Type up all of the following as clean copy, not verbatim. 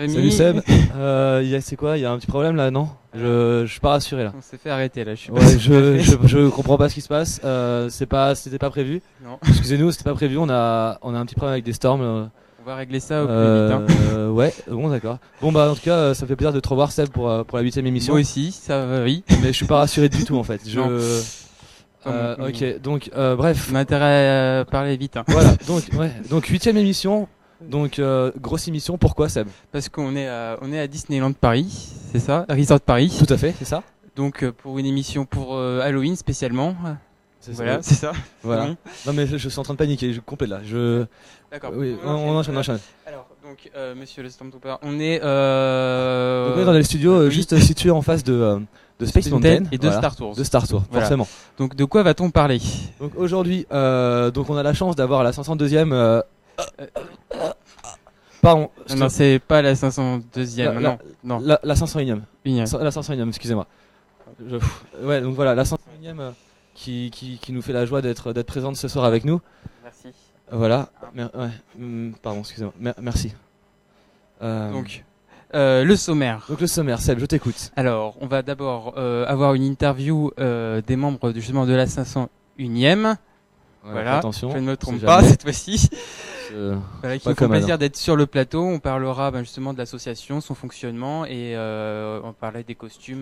Jérémy. Salut Seb. C'est quoi? Il y a un petit problème là, non? Je suis pas rassuré là. On s'est fait arrêter là. Je comprends pas ce qui se passe. C'était pas prévu. Non. Excusez-nous, c'était pas prévu. On a un petit problème avec des storms. On va régler ça au plus vite. Ouais, bon d'accord. Bon bah en tout cas, ça fait plaisir de te revoir Seb pour la 8e émission. Moi aussi, ça va, oui. Mais je suis pas rassuré du tout en fait. Non. Ok, donc bref. On a intérêt à parler vite. Hein. Voilà, donc 8e émission. Donc grosse émission, pourquoi Seb? Parce qu'on est à Disneyland Paris, c'est ça? Resort Paris. Tout à fait, c'est ça. Donc pour une émission pour Halloween spécialement. Voilà, c'est ça. Voilà. Bon. Non mais je suis en train de paniquer, je complète là. D'accord. Oui, on enchaîne. Alors donc monsieur le Stormtrooper, on est donc on est dans les studios juste situés en face de Space Mountain et de Star Tours. De Star Tours, voilà. Forcément. Donc de quoi va-t-on parler? Donc aujourd'hui, donc on a la chance d'avoir la 502e. Pardon. Non, c'est pas la 502e. Non. La 501e. La 501e, excusez-moi. Ouais, donc voilà, la 501e qui nous fait la joie d'être présente ce soir avec nous. Merci. Voilà. Pardon, excusez-moi. Merci. Donc. Le sommaire. Donc le sommaire, Seb, je t'écoute. Alors, on va d'abord avoir une interview des membres justement de la 501e. Voilà, attention, je ne me trompe pas cette fois-ci. Voilà, qui nous font plaisir d'être sur le plateau. On parlera justement de l'association, son fonctionnement et on parlait des costumes.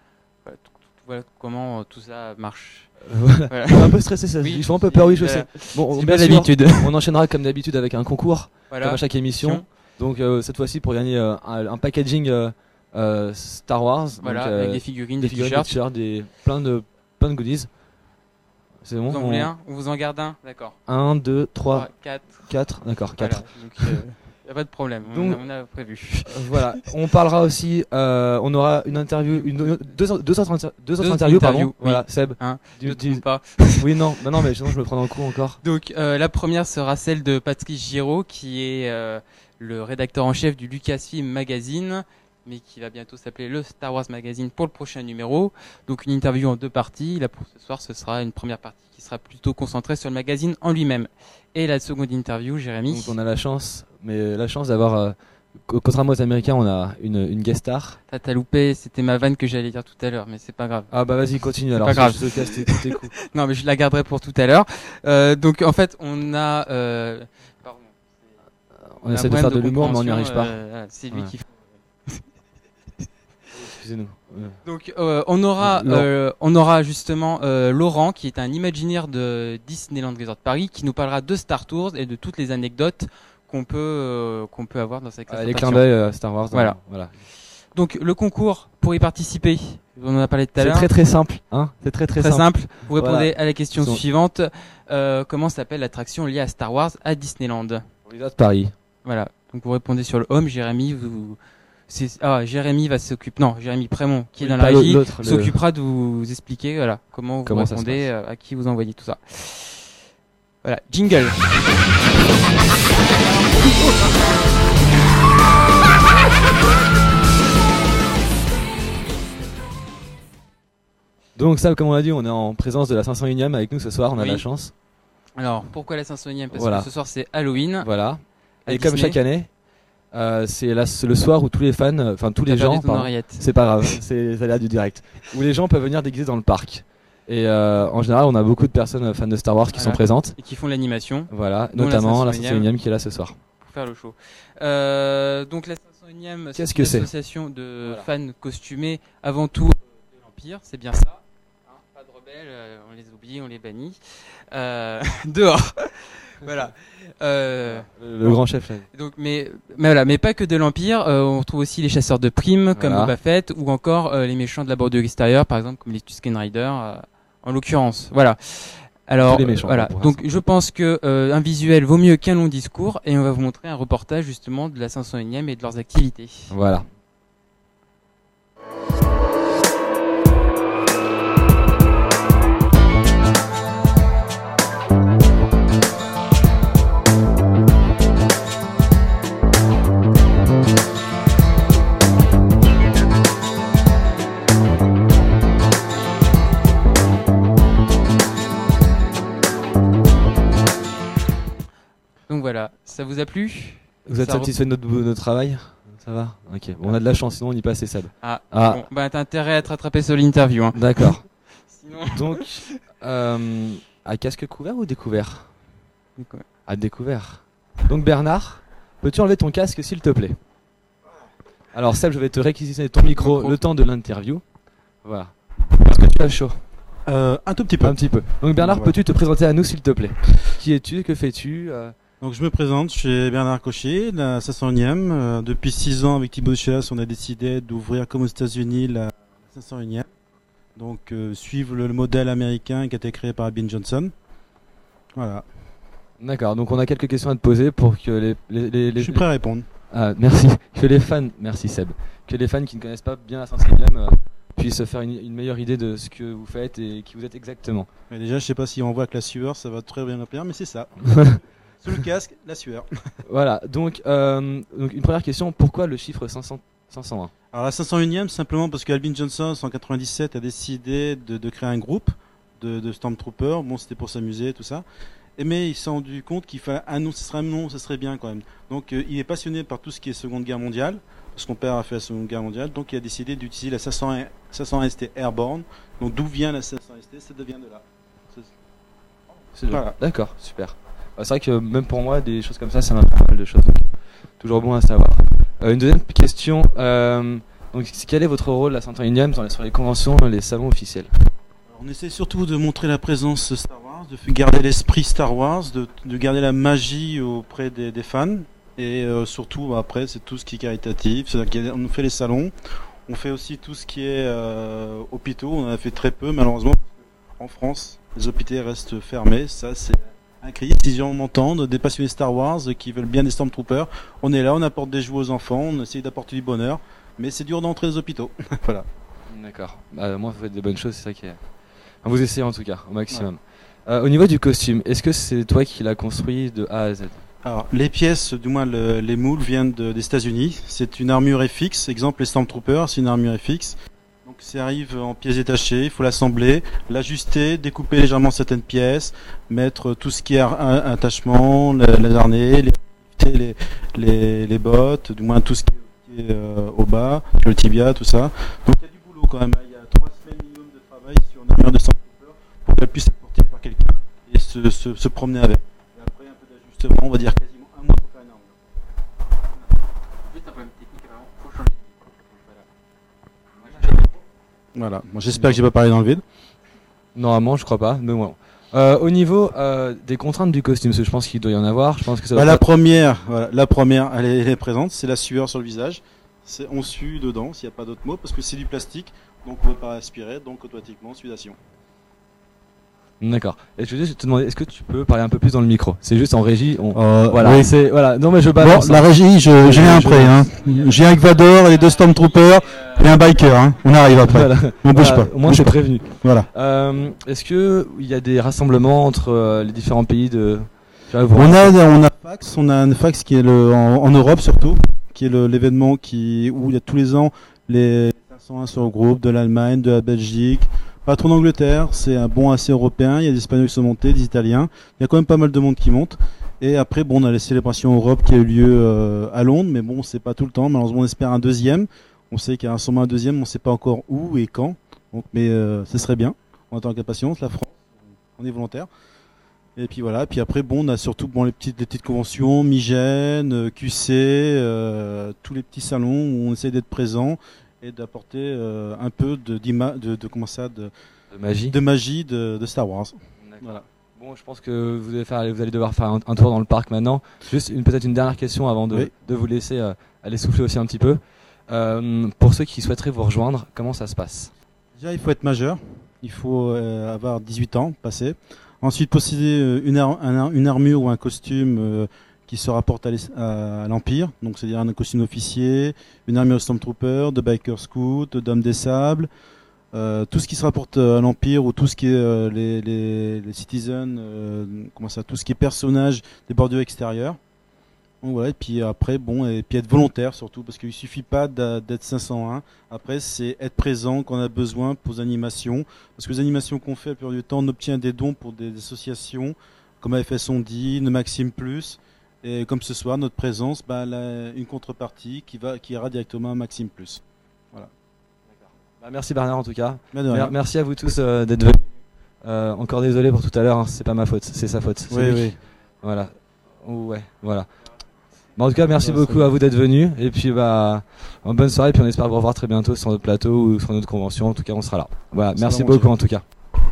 Voilà comment tout ça marche. Voilà. On est un peu stressé, ça. Oui, ils font un peu peur, oui, je sais. Bon, bien d'habitude. On enchaînera comme d'habitude avec un concours, voilà, comme à chaque émission. Donc cette fois-ci pour gagner un packaging Star Wars. Voilà, donc, avec des figurines, des t-shirts, plein de goodies. C'est bon. Vous en voulez un? On vous en garde un? D'accord. 1, 2, 3, 4. 4. D'accord, 4. Voilà, donc y a pas de problème. Donc, on a prévu. Voilà. On parlera aussi. On aura une interview, deux autres interviews, pardon. Oui. Voilà, Seb. Pas. Oui, non, mais sinon je me prends dans le coup encore. Donc la première sera celle de Patrice Giraud, qui est le rédacteur en chef du Lucasfilm Magazine, mais qui va bientôt s'appeler le Star Wars Magazine pour le prochain numéro. Donc une interview en 2 parties. Là pour ce soir, ce sera une première partie qui sera plutôt concentrée sur le magazine en lui-même. Et la seconde interview, Jérémy. Donc on a la chance d'avoir, contrairement aux Américains, on a une guest star. T'as loupé, c'était ma vanne que j'allais dire tout à l'heure, mais c'est pas grave. Ah bah vas-y, continue alors. Pas grave. Je te casse tes coups. Non mais je la garderai pour tout à l'heure. Donc en fait, on a... pardon. On essaie de faire de l'humour, mais on n'y arrive pas. C'est lui qui fait... Excusez-nous. Donc on aura justement Laurent, qui est un Imagineer de Disneyland Resort Paris, qui nous parlera de Star Tours et de toutes les anecdotes qu'on peut avoir dans cette exploitation. Les clins d'œil Star Wars. Voilà. Donc le concours, pour y participer, on en a parlé tout à l'heure. C'est très simple, hein. C'est très simple. Vous répondez à la question suivante. Comment s'appelle l'attraction liée à Star Wars à Disneyland? Resort Paris. Voilà. Donc vous répondez sur le home. Jérémy Jérémy va s'occuper. Non, Jérémy Prémont, qui est dans la régie, s'occupera de vous expliquer comment vous répondez, à qui vous envoyez tout ça. Voilà, jingle. Donc ça, comme on l'a dit, on est en présence de la 501e avec nous ce soir, on a la chance. Alors, pourquoi la 501e? Parce que ce soir c'est Halloween. Voilà. Et comme chaque année, c'est le soir où tous les fans, enfin tous les gens, c'est pas grave, c'est aléa du direct, où les gens peuvent venir déguiser dans le parc. Et en général, on a beaucoup de personnes fans de Star Wars qui sont présentes. Et qui font l'animation. Voilà, notamment la 501e qui est là ce soir. Pour faire le show. Donc la 501e, c'est une association de fans costumés avant tout de l'Empire, c'est bien ça. Hein, pas de rebelles, on les oublie, on les bannit. Dehors. Voilà. Le grand chef là. Donc, mais pas que de l'Empire. On retrouve aussi les chasseurs de primes comme Boba Fett, ou encore les méchants de la bordure extérieure, par exemple comme les Tusken Raiders, en l'occurrence. Voilà. Alors voilà. Donc je pense que un visuel vaut mieux qu'un long discours, et on va vous montrer un reportage justement de la 501e et de leurs activités. Voilà. Donc voilà, ça vous a plu? Vous êtes satisfait de notre travail? Ça va. Ok. Bon, on a de la chance, sinon on y passe, Seb. Bon, bah t'as intérêt à être rattrapé sur l'interview. Hein. D'accord. Sinon... Donc, à casque couvert ou découvert? À découvert. Donc Bernard, peux-tu enlever ton casque s'il te plaît? Alors Seb, je vais te réquisitionner ton micro le temps de l'interview. Voilà. Est-ce que tu as chaud? Un tout petit peu. Un petit peu. Donc Bernard, peux-tu te présenter à nous s'il te plaît? Qui es-tu? Que fais-tu? Donc je me présente, je suis Bernard Cochet, la 501e. Depuis 6 ans avec Thibaut Chasse, on a décidé d'ouvrir comme aux États-Unis la 501e. Donc suivre le modèle américain qui a été créé par Ben Johnson. Voilà. D'accord, donc on a quelques questions à te poser pour que Je suis prêt à répondre. Merci. Que les fans, merci Seb, que les fans qui ne connaissent pas bien la 501e puissent se faire une meilleure idée de ce que vous faites et qui vous êtes exactement. Mais déjà, je sais pas si on voit que la sueur, ça va très bien appeler, mais c'est ça. Sous le casque, la sueur. Voilà, donc une première question, pourquoi le chiffre 501? Alors la 501e, simplement parce qu'Alvin Johnson, en 97, a décidé de créer un groupe de Stormtroopers. Bon, c'était pour s'amuser, tout ça. Mais il s'est rendu compte qu'il fallait un nom, ce serait bien quand même. Donc il est passionné par tout ce qui est Seconde Guerre mondiale, parce que son père a fait la Seconde Guerre mondiale, donc il a décidé d'utiliser la 501 ST Airborne. Donc d'où vient la 501 ST? Ça devient de là. Voilà. D'accord, super. C'est vrai que même pour moi, des choses comme ça m'a pas mal de choses. Donc, toujours bon à savoir. Une deuxième question. Donc, quel est votre rôle, la 501e, sur les conventions, les salons officiels? On essaie surtout de montrer la présence Star Wars, de garder l'esprit Star Wars, de garder la magie auprès des fans. Et surtout, après, c'est tout ce qui est caritatif. C'est-à-dire qu'on fait les salons. On fait aussi tout ce qui est hôpitaux. On en a fait très peu, malheureusement. En France, les hôpitaux restent fermés. Ça, c'est un cri. Si les gens m'entendent, des passionnés Star Wars qui veulent bien des Stormtroopers, on est là, on apporte des jouets aux enfants, on essaye d'apporter du bonheur. Mais c'est dur d'entrer dans les hôpitaux. Voilà. D'accord. Moi, vous faites des bonnes choses, c'est ça qui est... Vous essayez en tout cas, au maximum. Ouais. Au niveau du costume, est-ce que c'est toi qui l'as construit de A à Z? Alors, les pièces, du moins les moules, viennent des États-Unis. C'est une armure FX. Exemple, les Stormtroopers, c'est une armure FX. Donc, ça arrive en pièces détachées. Il faut l'assembler, l'ajuster, découper légèrement certaines pièces, mettre tout ce qui est attachement, les harnais, les bottes, du moins tout ce qui est au bas, le tibia, tout ça. Donc, il y a du boulot quand même. Il y a 3 semaines minimum de travail sur une armure de Stormtrooper pour qu'elle puisse être portée par quelqu'un et se promener avec. On va dire quasiment un mois pour faire une armure. Juste un problème technique, il faut changer. Voilà, moi j'espère que j'ai pas parlé dans le vide. Normalement, je crois pas, mais bon. Au niveau des contraintes du costume, parce que je pense qu'il doit y en avoir, je pense que ça la première, elle est présente, c'est la sueur sur le visage. On sue dedans, s'il n'y a pas d'autre mot, parce que c'est du plastique, donc on ne peut pas aspirer, donc automatiquement sudation. D'accord. Et je voulais juste te demander, est-ce que tu peux parler un peu plus dans le micro? C'est juste en régie. Voilà. Oui. Voilà. Non mais je balance. Bon, la régie, j'ai rien prêt. Hein. J'ai avec Vador, les 2 Stormtroopers et un biker. Hein. On arrive après. Voilà. On bouge pas. Au moins c'est prévenu. Voilà. Est-ce que il y a des rassemblements entre les différents pays de? On a Fax. On a un Fax qui est en Europe surtout, qui est l'événement où il y a tous les ans les 501 sur le groupe de l'Allemagne, de la Belgique. Pas trop d'Angleterre, c'est un bon assez européen, il y a des Espagnols qui sont montés, des Italiens, il y a quand même pas mal de monde qui monte. Et après, on a les célébrations Europe qui a eu lieu à Londres, mais bon, c'est pas tout le temps, malheureusement on espère un deuxième. On sait qu'il y a sûrement un deuxième, on ne sait pas encore où et quand, donc, mais ce serait bien. On attend avec impatience, la France, on est volontaire. Et puis voilà, puis après, on a surtout les petites conventions, Migène, QC, tous les petits salons où on essaie d'être présent et d'apporter un peu de magie de Star Wars. Voilà. Bon, je pense que vous allez devoir faire un tour dans le parc maintenant. Juste peut-être une dernière question avant de vous laisser aller souffler aussi un petit peu. Pour ceux qui souhaiteraient vous rejoindre, comment ça se passe? Déjà, il faut être majeur. Il faut avoir 18 ans passé. Ensuite, posséder une armure ou un costume qui se rapporte à l'Empire, donc c'est-à-dire un costume officier, une armure de Stormtrooper, de Biker Scout, d'Homme des Sables, tout ce qui se rapporte à l'Empire ou tout ce qui est les citizens, tout ce qui est personnages des bordures extérieures. Donc voilà, et puis après, et puis être volontaire surtout, parce qu'il suffit pas d'être 501. Après, c'est être présent quand on a besoin pour les animations, parce que les animations qu'on fait, la plupart du temps, on obtient des dons pour des associations, comme AFS Ondine, Maxime Plus. Et comme ce soir, notre présence, une contrepartie qui ira directement à Maxime Plus. Voilà. Merci Bernard en tout cas. Merci à vous tous d'être venus. Encore désolé pour tout à l'heure, hein, c'est pas ma faute, c'est sa faute. Oui. Voilà. Ouais, voilà. En tout cas, merci beaucoup à vous d'être venus. Et puis, en bonne soirée. Et puis, on espère vous revoir très bientôt sur notre plateau ou sur notre convention. En tout cas, on sera là. Voilà. Merci beaucoup en tout cas.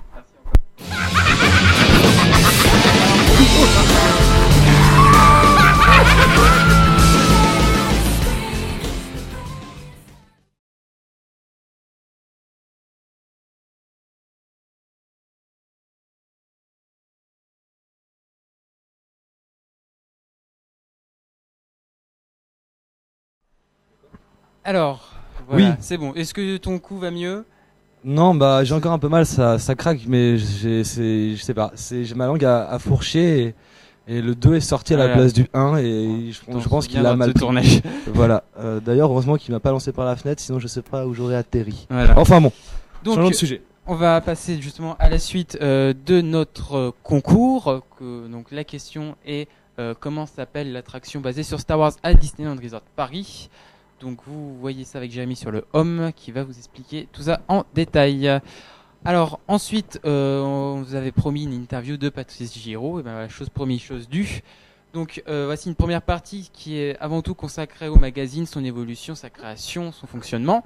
Alors, voilà, oui. C'est bon. Est-ce que ton cou va mieux? Non, j'ai encore un peu mal, ça craque, mais je sais pas. J'ai ma langue à fourcher et le 2 est sorti à la place du 1 et je pense qu'il a mal tourné. Voilà. D'ailleurs, heureusement qu'il m'a pas lancé par la fenêtre, sinon je sais pas où j'aurais atterri. Voilà. Enfin bon. Donc, changeons de sujet. On va passer justement à la suite de notre concours. Donc la question est comment s'appelle l'attraction basée sur Star Wars à Disneyland Resort Paris. Donc vous voyez ça avec Jérémy sur le home qui va vous expliquer tout ça en détail. Alors ensuite, on vous avait promis une interview de Patrice Giraud. Et la chose promise, chose due. Donc voici une première partie qui est avant tout consacrée au magazine, son évolution, sa création, son fonctionnement.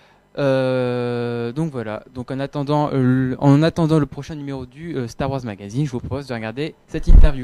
Donc voilà. Donc en attendant le prochain numéro du Star Wars Magazine, je vous propose de regarder cette interview.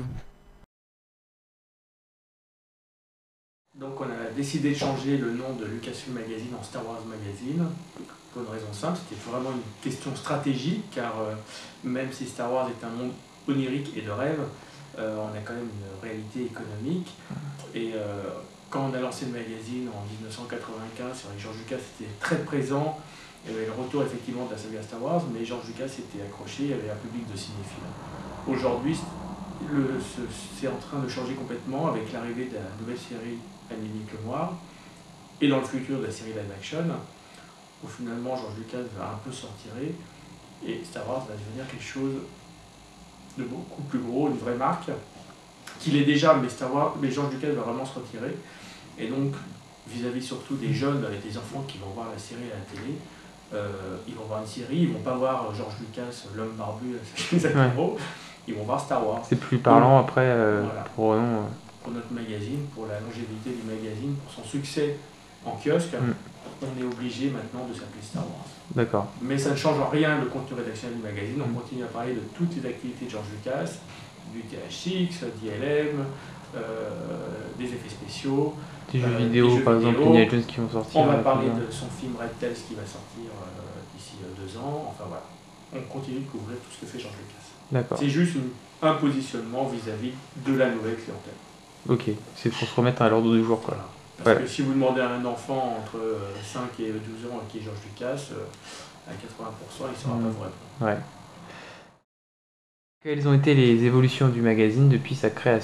Donc on a décidé de changer le nom de Lucasfilm Magazine en Star Wars Magazine pour une raison simple, c'était vraiment une question stratégique car même si Star Wars est un monde onirique et de rêve, on a quand même une réalité économique et quand on a lancé le magazine en 1995 avec George Lucas, c'était très présent, il y avait le retour effectivement de la saga Star Wars, mais George Lucas était accroché, il y avait un public de cinéphiles. Aujourd'hui, c'est en train de changer complètement avec l'arrivée de la nouvelle série animée Clone Wars et dans le futur de la série live action où finalement George Lucas va un peu s'en tirer et Star Wars va devenir quelque chose de beaucoup plus gros, une vraie marque qu'il est déjà, mais George Lucas va vraiment se retirer et donc vis-à-vis surtout des jeunes avec des enfants qui vont voir la série à la télé, ils vont voir une série, ils vont pas voir George Lucas, l'homme barbu, ils vont voir Star Wars. C'est plus parlant après voilà. Pour notre magazine, pour la longévité du magazine, pour son succès en kiosque, on est obligé maintenant de s'appeler Star Wars. D'accord. Mais ça ne change en rien le contenu rédactionnel du magazine, on continue à parler de toutes les activités de George Lucas, du THX, d'ILM, des effets spéciaux, des jeux vidéo, par exemple, Indiana Jones qui vont sortir. On va parler de son film Red Tails qui va sortir d'ici 2 ans, enfin voilà. On continue de couvrir tout ce que fait George Lucas. D'accord. C'est juste un positionnement vis-à-vis de la nouvelle clientèle. Ok, c'est pour se remettre à l'ordre du jour, quoi. Parce que si vous demandez à un enfant entre 5 et 12 ans qui est George Lucas, à 80%, il ne saura pas vous répondre. Ouais. Quelles ont été les évolutions du magazine depuis sa création ?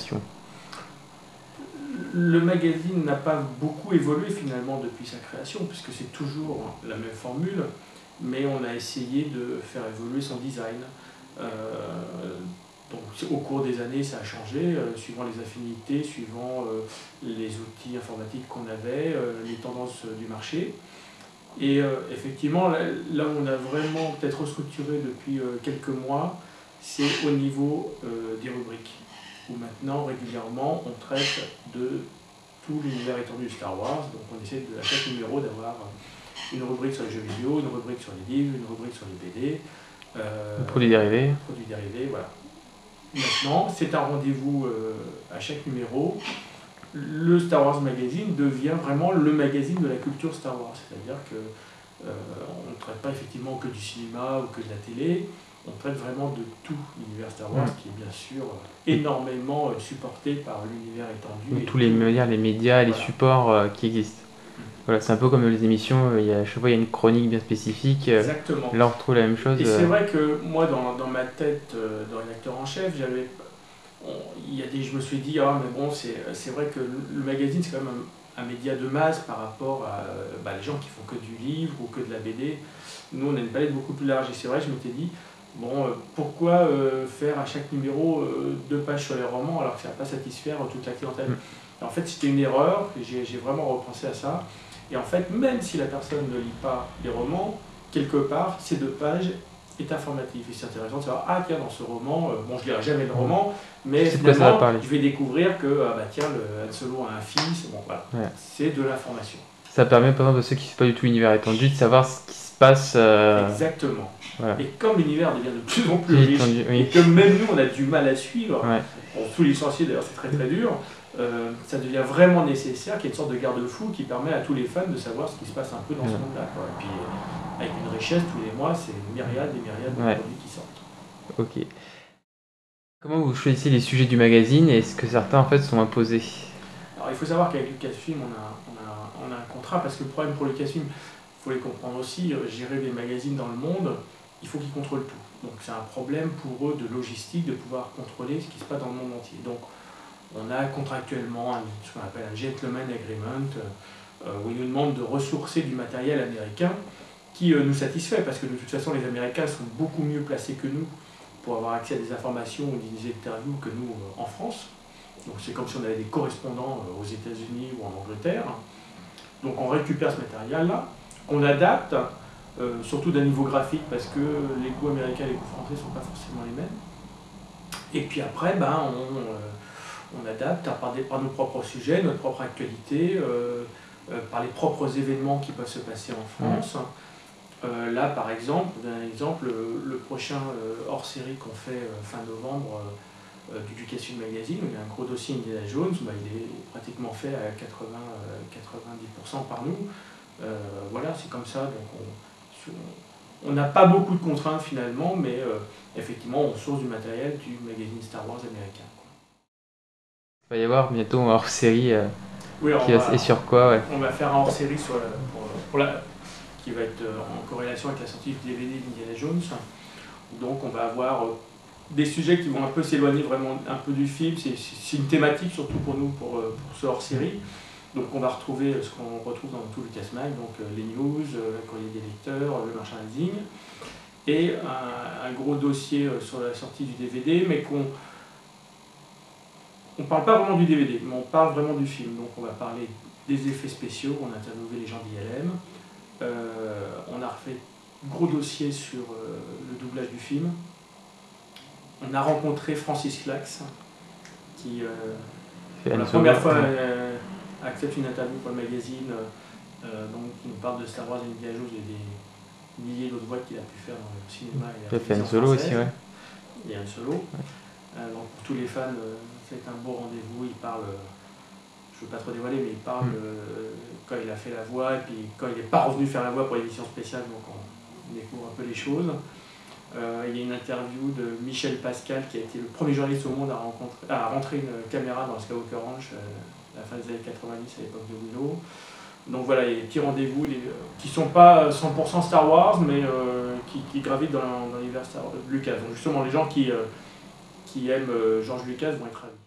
Le magazine n'a pas beaucoup évolué finalement depuis sa création, puisque c'est toujours la même formule, mais on a essayé de faire évoluer son design. Donc, au cours des années, ça a changé, suivant les affinités, suivant les outils informatiques qu'on avait, les tendances du marché. Et effectivement, là où on a vraiment peut-être restructuré depuis quelques mois, c'est au niveau des rubriques, où maintenant, régulièrement, on traite de tout l'univers étendu de Star Wars. Donc on essaie à chaque numéro d'avoir une rubrique sur les jeux vidéo, une rubrique sur les livres, une rubrique sur les BD. Produits dérivés. Produits dérivés, voilà. Maintenant, c'est un rendez-vous à chaque numéro. Le Star Wars Magazine devient vraiment le magazine de la culture Star Wars. C'est-à-dire qu'on ne traite pas effectivement que du cinéma ou que de la télé. On traite vraiment de tout l'univers Star Wars, qui est bien sûr énormément supporté par l'univers étendu. Et tous les médias, les supports qui existent. Voilà, c'est un peu comme les émissions, à chaque fois il y a une chronique bien spécifique. Exactement. Là on retrouve la même chose. Et c'est vrai que moi, dans ma tête, dans rédacteur en chef, je me suis dit, mais bon, c'est vrai que le magazine, c'est quand même un média de masse par rapport à les gens qui font que du livre ou que de la BD. Nous, on a une palette beaucoup plus large. Et c'est vrai, je m'étais dit, Bon, pourquoi faire à chaque numéro 2 pages sur les romans alors que ça ne va pas satisfaire toute la clientèle? En fait, c'était une erreur, j'ai vraiment repensé à ça. Et en fait, même si la personne ne lit pas les romans, quelque part, ces 2 pages est informatif. Et c'est intéressant de savoir, ah tiens, dans ce roman, bon, je ne lirai jamais le roman, mais finalement, je vais découvrir que, bah tiens, Han Solo a un fils, bon voilà, c'est de l'information. Ça permet, par exemple, à ceux qui ne sont pas du tout univers étendu, de savoir ce qui se passe. Exactement. Voilà. Et comme l'univers devient de plus en plus riche, et que même nous, on a du mal à suivre, bon, tous les licenciés d'ailleurs, c'est très très dur, ça devient vraiment nécessaire qu'il y ait une sorte de garde-fou qui permet à tous les fans de savoir ce qui se passe un peu dans ce monde-là. Et puis, avec une richesse, tous les mois, c'est myriades et myriades de produits qui sortent. Ok. Comment vous choisissez les sujets du magazine et est-ce que certains en fait sont imposés? Alors il faut savoir qu'avec Lucasfilm, on a un contrat, parce que le problème pour Lucasfilm, il faut les comprendre aussi, gérer des magazines dans le monde, il faut qu'ils contrôlent tout. Donc c'est un problème pour eux de logistique, de pouvoir contrôler ce qui se passe dans le monde entier. Donc on a contractuellement ce qu'on appelle un gentleman agreement, où ils nous demandent de ressourcer du matériel américain qui nous satisfait, parce que de toute façon les Américains sont beaucoup mieux placés que nous pour avoir accès à des informations ou des interviews que nous en France. Donc c'est comme si on avait des correspondants aux États-Unis ou en Angleterre. Donc on récupère ce matériel-là, qu'on adapte, surtout d'un niveau graphique, parce que les goûts américains et les goûts français ne sont pas forcément les mêmes. Et puis après, on adapte par nos propres sujets, notre propre actualité, par les propres événements qui peuvent se passer en France. Là, par exemple, le prochain hors-série qu'on fait fin novembre du Lucasfilm Magazine, où il y a un gros dossier Indiana Jones, il est pratiquement fait à 90% par nous. Voilà, c'est comme ça. Donc on n'a pas beaucoup de contraintes finalement, mais effectivement, on source du matériel du magazine Star Wars américain. Il va y avoir bientôt un hors-série et sur quoi On va faire un hors-série qui va être en corrélation avec la sortie du DVD d'Indiana Jones. Donc on va avoir des sujets qui vont un peu s'éloigner vraiment un peu du film. C'est une thématique surtout pour nous, pour ce hors-série. Donc on va retrouver ce qu'on retrouve dans tout Lucasmag, donc les news, le courrier des lecteurs, le merchandising, et un gros dossier sur la sortie du DVD, mais on parle pas vraiment du DVD, mais on parle vraiment du film. Donc on va parler des effets spéciaux, on a interviewé les gens d'ILM, on a refait gros dossier sur le doublage du film. On a rencontré Francis Flax, qui pour la première fois accepte une interview pour le magazine, donc qui nous parle de Star Wars et Indiana Jones et des milliers d'autres voix qu'il a pu faire dans le cinéma. Il a fait Han Solo aussi, ouais. Il y a Han Solo. Donc pour tous les fans, c'est un beau rendez-vous. Il parle, je ne veux pas trop dévoiler, mais il parle quand il a fait la voix, et puis quand il n'est pas revenu faire la voix pour l'édition spéciale, donc on découvre un peu les choses. Il y a une interview de Michel Pascal, qui a été le premier journaliste au monde à rentrer une caméra dans le Skywalker Ranch à la fin des années 90, à l'époque de Willow. Donc voilà, il y a des petits rendez-vous qui ne sont pas 100% Star Wars, mais qui gravitent dans l'univers Star Wars, Lucas. Donc justement, les gens qui aiment George Lucas vont être ravis.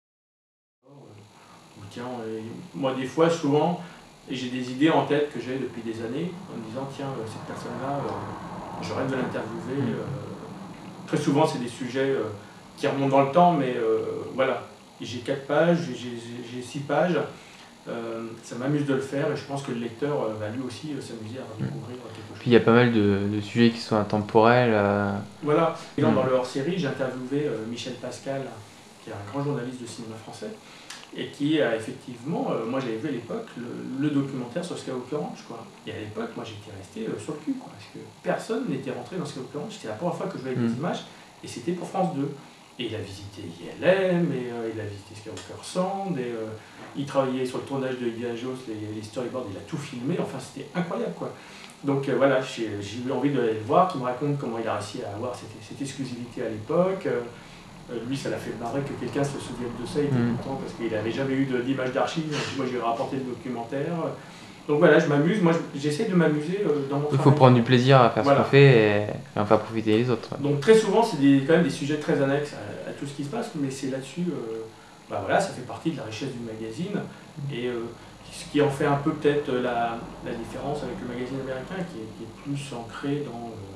Tiens, moi des fois, souvent, j'ai des idées en tête que j'ai depuis des années, en me disant, tiens, cette personne-là, je rêve de l'interviewer. Très souvent, c'est des sujets qui remontent dans le temps, mais voilà. J'ai 4 pages, j'ai 6 pages. Ça m'amuse de le faire et je pense que le lecteur va lui aussi s'amuser à découvrir quelque chose. Puis il y a pas mal de sujets qui sont intemporels. Voilà. Et dans le hors-série, j'ai interviewé Michel Pascal, qui est un grand journaliste de cinéma français, et qui a effectivement, moi j'avais vu à l'époque le documentaire sur Skywalker Ranch, quoi. Et à l'époque, moi j'étais resté sur le cul, quoi, parce que personne n'était rentré dans Skywalker Ranch. C'était la première fois que je voyais des images, et c'était pour France 2. Et il a visité ILM, et il a visité Skywalker Sand, et il travaillait sur le tournage de Indiana Jones, les storyboards, il a tout filmé, enfin c'était incroyable, quoi. Donc voilà, j'ai eu envie d'aller le voir, qu'il me raconte comment il a réussi à avoir cette exclusivité à l'époque. Lui, ça l'a fait marrer que quelqu'un se souvienne de ça, il était content parce qu'il n'avait jamais eu d'image d'archives. Moi, je lui ai rapporté le documentaire. Donc voilà, je m'amuse. Moi, j'essaie de m'amuser dans mon travail. Il faut prendre du plaisir à faire ce qu'on fait et en faire profiter les autres. Donc très souvent, c'est quand même des sujets très annexes à tout ce qui se passe, mais c'est là-dessus, voilà, ça fait partie de la richesse du magazine. Et ce qui en fait un peu peut-être la différence avec le magazine américain, qui est plus ancré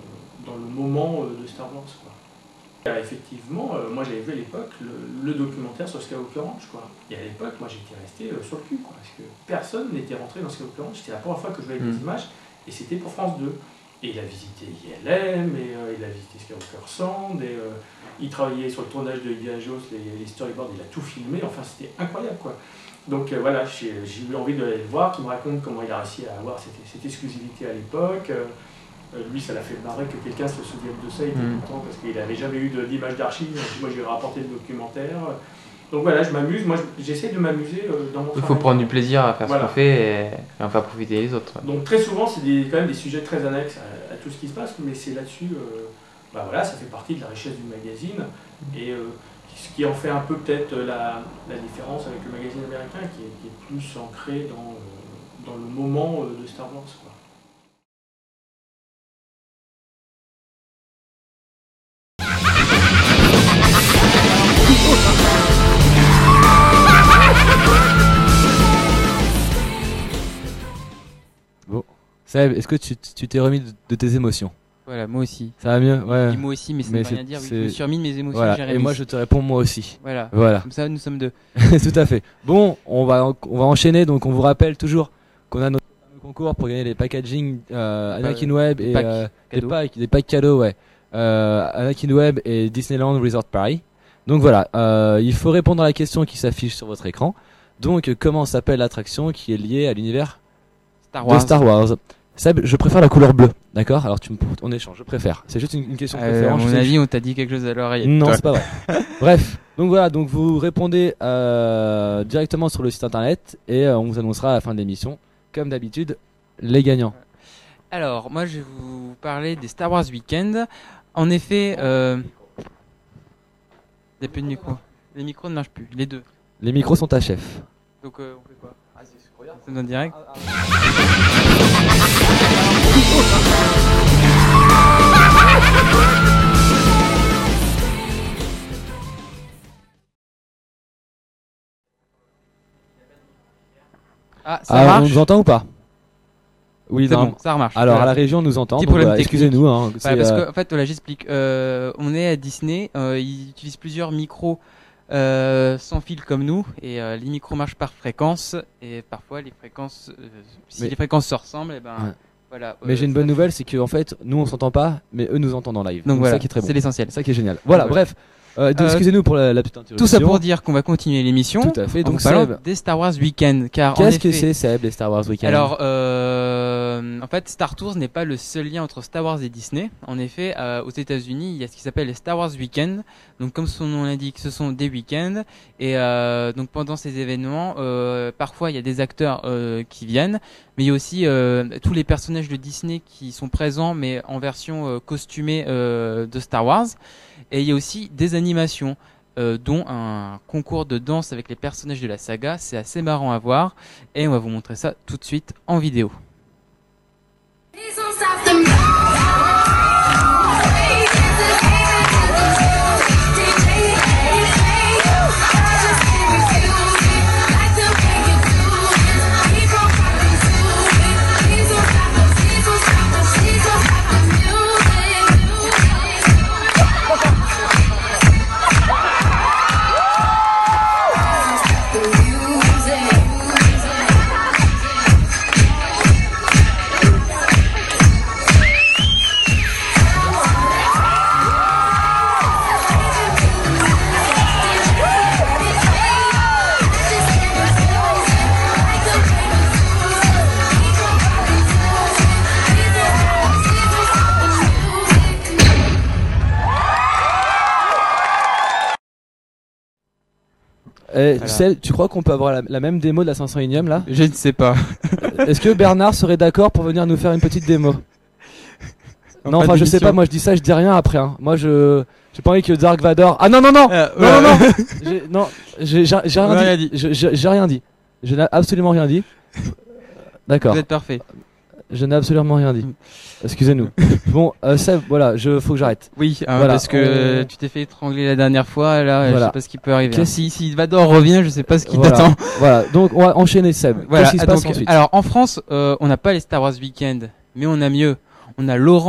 dans le moment de Star Wars, quoi. Effectivement, moi j'avais vu à l'époque le documentaire sur Skywalker Ranch, quoi. Et à l'époque, moi j'étais resté sur le cul, quoi, parce que personne n'était rentré dans Skywalker Ranch. C'était la première fois que je voyais des images, et c'était pour France 2. Et il a visité ILM, et il a visité Skywalker Sand, et il travaillait sur le tournage de Indiana Jones, les storyboards, il a tout filmé, enfin c'était incroyable, quoi. Donc voilà, j'ai eu envie de le voir, qu'il me raconte comment il a réussi à avoir cette exclusivité à l'époque. Lui, ça l'a fait marrer que quelqu'un se souvienne de ça, il était content parce qu'il n'avait jamais eu d'image d'archives. Moi, je lui ai rapporté le documentaire. Donc voilà, je m'amuse. Moi, j'essaie de m'amuser dans mon travail. Il faut prendre du plaisir à faire ce qu'on fait et en faire profiter les autres. Donc très souvent, c'est quand même des sujets très annexes à tout ce qui se passe, mais c'est là-dessus, voilà, ça fait partie de la richesse du magazine. Et ce qui en fait un peu peut-être la différence avec le magazine américain, qui est plus ancré dans le moment de Star Wars, quoi. Bon, Seb, est-ce que tu t'es remis de tes émotions? Voilà, moi aussi. Ça va mieux, ouais. Je dis moi aussi, mais ça ne veut rien dire. Oui, je me suis remis de mes émotions. Voilà. Et moi, je te réponds moi aussi. Voilà. Comme ça, nous sommes deux. Tout à fait. Bon, on va enchaîner. Donc, on vous rappelle toujours qu'on a notre concours pour gagner les packaging Anakin Web et des packs cadeaux, ouais. Anakin Web et Disneyland Resort Paris. Donc voilà, il faut répondre à la question qui s'affiche sur votre écran. Donc, comment s'appelle l'attraction qui est liée à l'univers de Star Wars? Seb, je préfère la couleur bleue, d'accord? Alors on échange, je préfère. C'est juste une question de préférence. À mon avis, on t'a dit quelque chose à l'oreille. Non, c'est pas vrai. Bref, donc voilà, donc vous répondez directement sur le site internet et on vous annoncera à la fin de l'émission, comme d'habitude, les gagnants. Alors, moi je vais vous parler des Star Wars Weekend. En effet, il n'y a plus de micro. Les micros ne marchent plus, les deux. Les micros sont à chef. Donc on fait quoi? C'est en direct. Ça marche. On nous entend ou pas? Oui, c'est bon, ça remarche. Alors à la région, on nous entend. Excusez-nous. Parce que en fait, voilà, j'explique. On est à Disney. Ils utilisent plusieurs micros sans fil comme nous, et les micros marchent par fréquence, et parfois les fréquences, les fréquences se ressemblent, et voilà. Mais j'ai une bonne nouvelle, c'est qu'en fait, nous on s'entend pas, mais eux nous entendent en live. Donc voilà, ça qui est très bon. C'est l'essentiel. Ça qui est génial. Voilà, bref. Excusez-nous pour la petite introduction. Tout ça pour dire qu'on va continuer l'émission. Tout à fait. Donc Seb, des Star Wars Weekend, car qu'est-ce que c'est, Seb, les Star Wars Weekend? Alors, en fait, Star Tours n'est pas le seul lien entre Star Wars et Disney. En effet, aux États-Unis, il y a ce qui s'appelle les Star Wars Weekend. Donc, comme son nom l'indique, ce sont des week-ends. Et donc, pendant ces événements, parfois il y a des acteurs qui viennent, mais il y a aussi tous les personnages de Disney qui sont présents, mais en version costumée de Star Wars. Et il y a aussi des animations, dont un concours de danse avec les personnages de la saga. C'est assez marrant à voir, et on va vous montrer ça tout de suite en vidéo. Voilà. Tu crois qu'on peut avoir la même démo de la 501ème là? Je ne sais pas. Est-ce que Bernard serait d'accord pour venir nous faire une petite démo? Non, enfin je sais pas, moi je dis ça, je dis rien après. Hein. Moi j'ai pas envie que Dark Vador. Ah non non. J'ai rien dit. J'ai rien dit. Je n'ai absolument rien dit. D'accord. Vous êtes parfait. Je n'ai absolument rien dit. Excusez-nous. Bon, ça, voilà, faut que j'arrête. Oui, voilà, parce que tu t'es fait étrangler la dernière fois, là, voilà. Je sais pas ce qui peut arriver. Si Vador revient, je sais pas ce qui t'attend. Voilà, donc on va enchaîner Seb. Voilà. Qu'est-ce qui se passe ensuite? Alors, en France, on n'a pas les Star Wars Weekend, mais on a mieux. On a Laurent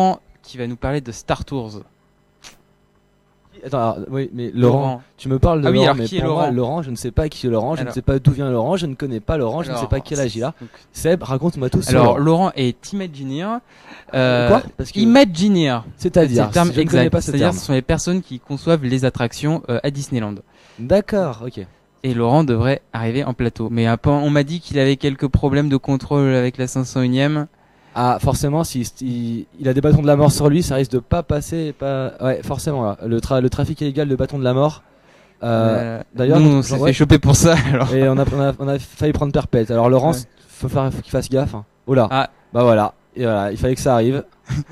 qui va nous parler de Star Tours. Attends, alors, oui, mais Laurent, tu me parles de Laurent, alors, mais qui est pour Laurent moi, Laurent, je ne sais pas qui est Laurent, je ne sais pas d'où vient Laurent, je ne connais pas Laurent, je ne sais pas quel âge il a. Seb, raconte-moi tout sur Alors, Laurent est Imagineer. Quoi Imagineer. C'est-à-dire, le terme je ne connais pas ce C'est-à-dire, terme. ce sont les personnes qui conçoivent les attractions à Disneyland. D'accord, ok. Et Laurent devrait arriver en plateau. Mais on m'a dit qu'il avait quelques problèmes de contrôle avec la 501e. Ah, forcément, s'il a des bâtons de la mort sur lui, ça risque de pas passer. Ouais, forcément, là. Le trafic illégal de bâtons de la mort. D'ailleurs, nous, on s'est fait choper pour ça. Alors. Et on a failli prendre perpète. Alors, Laurent, faut qu'il fasse gaffe. Hein. Oh là. Ah. Bah voilà. Et voilà, il fallait que ça arrive.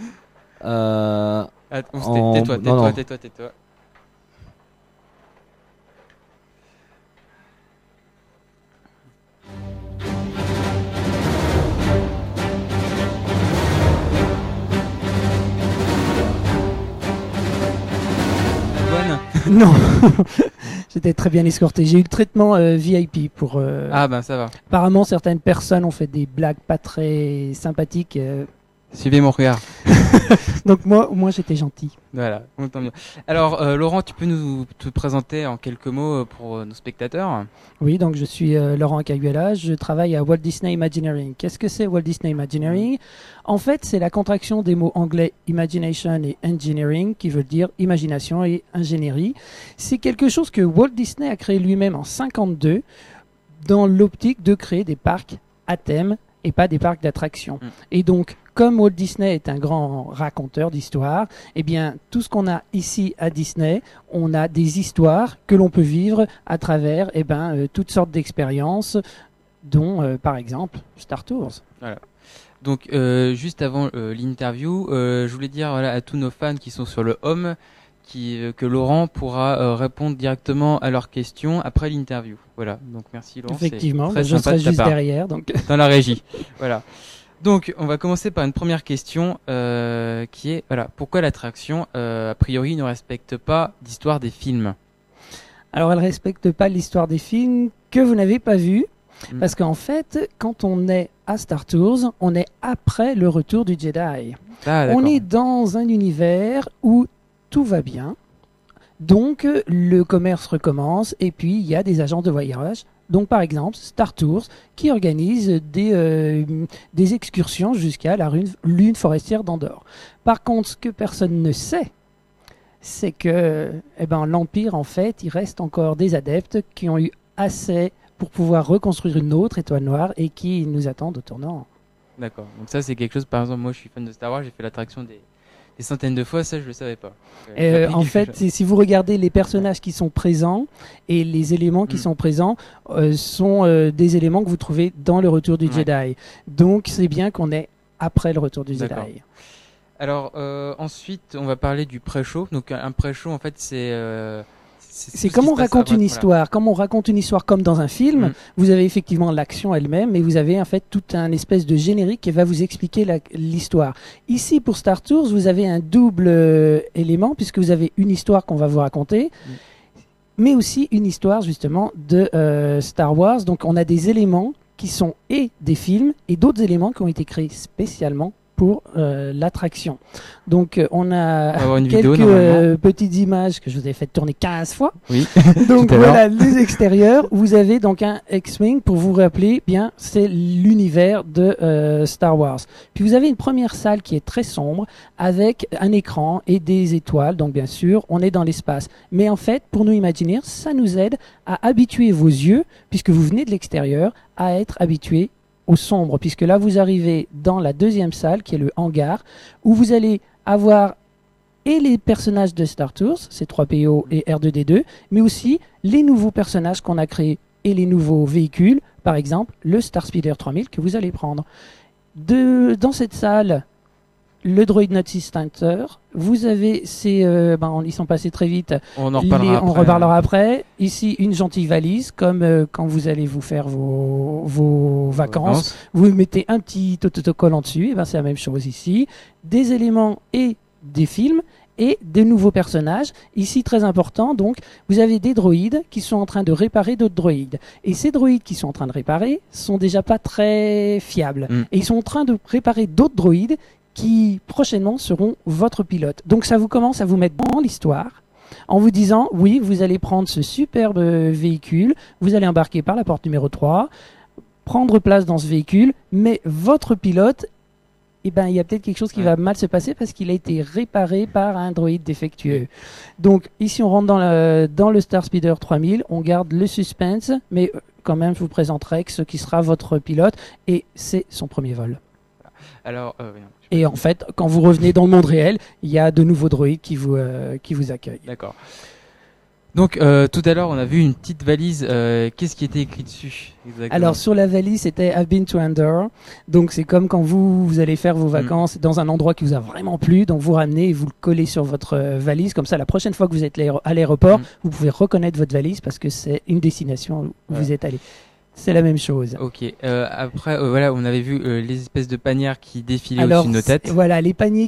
Tais-toi. Non, j'étais très bien escorté. J'ai eu le traitement VIP pour. Ah ben ça va. Apparemment, certaines personnes ont fait des blagues pas très sympathiques. Suivez mon regard. Donc moi j'étais gentil. Voilà, tant mieux. Alors Laurent, tu peux te présenter en quelques mots pour nos spectateurs? Oui, donc je suis Laurent Cayuela, je travaille à Walt Disney Imagineering. Qu'est-ce que c'est Walt Disney Imagineering? En fait, c'est la contraction des mots anglais imagination et engineering, qui veut dire imagination et ingénierie. C'est quelque chose que Walt Disney a créé lui-même en 1952 dans l'optique de créer des parcs à thème et pas des parcs d'attractions. Et donc, comme Walt Disney est un grand raconteur d'histoires, eh bien, tout ce qu'on a ici à Disney, on a des histoires que l'on peut vivre à travers toutes sortes d'expériences, dont, par exemple, Star Tours. Voilà. Donc, juste avant l'interview, je voulais dire à tous nos fans qui sont sur le home que Laurent pourra répondre directement à leurs questions après l'interview. Voilà, donc merci Laurent. Effectivement, je serai juste derrière. Donc. Dans la régie. Voilà. Donc, on va commencer par une première question qui est, pourquoi l'attraction, a priori, ne respecte pas l'histoire des films? Alors, elle ne respecte pas l'histoire des films que vous n'avez pas vus. Parce qu'en fait, quand on est à Star Tours, on est après le retour du Jedi. On est dans un univers où tout va bien. Donc, le commerce recommence et puis il y a des agents de voyage. Donc, par exemple, Star Tours qui organise des excursions jusqu'à la lune forestière d'Andorre. Par contre, ce que personne ne sait, c'est que l'Empire, en fait, il reste encore des adeptes qui ont eu assez pour pouvoir reconstruire une autre étoile noire et qui nous attendent au tournant. D'accord. Donc ça, c'est quelque chose, par exemple, moi je suis fan de Star Wars, j'ai fait l'attraction des centaines de fois, ça je le savais pas. En fait, si vous regardez les personnages qui sont présents et les éléments qui sont présents sont des éléments que vous trouvez dans le retour du Jedi. Donc c'est bien qu'on est après le retour du Jedi. Alors ensuite, on va parler du pré-show. Donc un pré-show, en fait, c'est comme on raconte une histoire. Comme on raconte une histoire comme dans un film, vous avez effectivement l'action elle-même, mais vous avez en fait tout un espèce de générique qui va vous expliquer l'histoire. Ici, pour Star Tours, vous avez un double élément, puisque vous avez une histoire qu'on va vous raconter, mais aussi une histoire justement de Star Wars. Donc on a des éléments qui sont des films et d'autres éléments qui ont été créés spécialement pour l'attraction. Donc on a quelques petites images que je vous ai fait tourner 15 fois. Oui. Donc voilà les extérieurs. Vous avez donc un X-Wing pour vous rappeler bien c'est l'univers de Star Wars. Puis vous avez une première salle qui est très sombre avec un écran et des étoiles. Donc bien sûr on est dans l'espace. Mais en fait pour nous imaginer ça nous aide à habituer vos yeux puisque vous venez de l'extérieur à être habitués au sombre, puisque là vous arrivez dans la deuxième salle qui est le hangar où vous allez avoir et les personnages de Star Tours, C3PO et R2D2, mais aussi les nouveaux personnages qu'on a créés et les nouveaux véhicules, par exemple le Star Speeder 3000 que vous allez prendre. Dans cette salle, le Droid Notice Center, vous avez ils sont passés très vite. On en reparlera après. Ici, une gentille valise, comme quand vous allez vous faire vos vacances. Vous mettez un petit autocollant dessus. Et c'est la même chose ici. Des éléments et des films et de nouveaux personnages. Ici, très important, donc, vous avez des droïdes qui sont en train de réparer d'autres droïdes. Et ces droïdes qui sont en train de réparer sont déjà pas très fiables. Et ils sont en train de réparer d'autres droïdes qui prochainement seront votre pilote. Donc ça vous commence à vous mettre dans l'histoire en vous disant, oui, vous allez prendre ce superbe véhicule, vous allez embarquer par la porte numéro 3, prendre place dans ce véhicule, mais votre pilote, il y a peut-être quelque chose qui va mal se passer parce qu'il a été réparé par un droïde défectueux. Donc ici on rentre dans le Star Speeder 3000, on garde le suspense, mais quand même je vous présente Rex qui sera votre pilote et c'est son premier vol. Alors, et en fait, quand vous revenez dans le monde réel, il y a de nouveaux droïdes qui vous accueillent. D'accord. Donc tout à l'heure on a vu une petite valise, qu'est-ce qui était écrit dessus exactement? Alors sur la valise c'était I've been to Andorra, donc c'est comme quand vous allez faire vos vacances dans un endroit qui vous a vraiment plu, donc vous ramenez et vous le collez sur votre valise, comme ça la prochaine fois que vous êtes à l'aéroport, vous pouvez reconnaître votre valise parce que c'est une destination où vous êtes allé. C'est la même chose. Ok. Après, voilà, on avait vu les espèces de panières qui défilaient au-dessus de nos têtes. Voilà, les paniers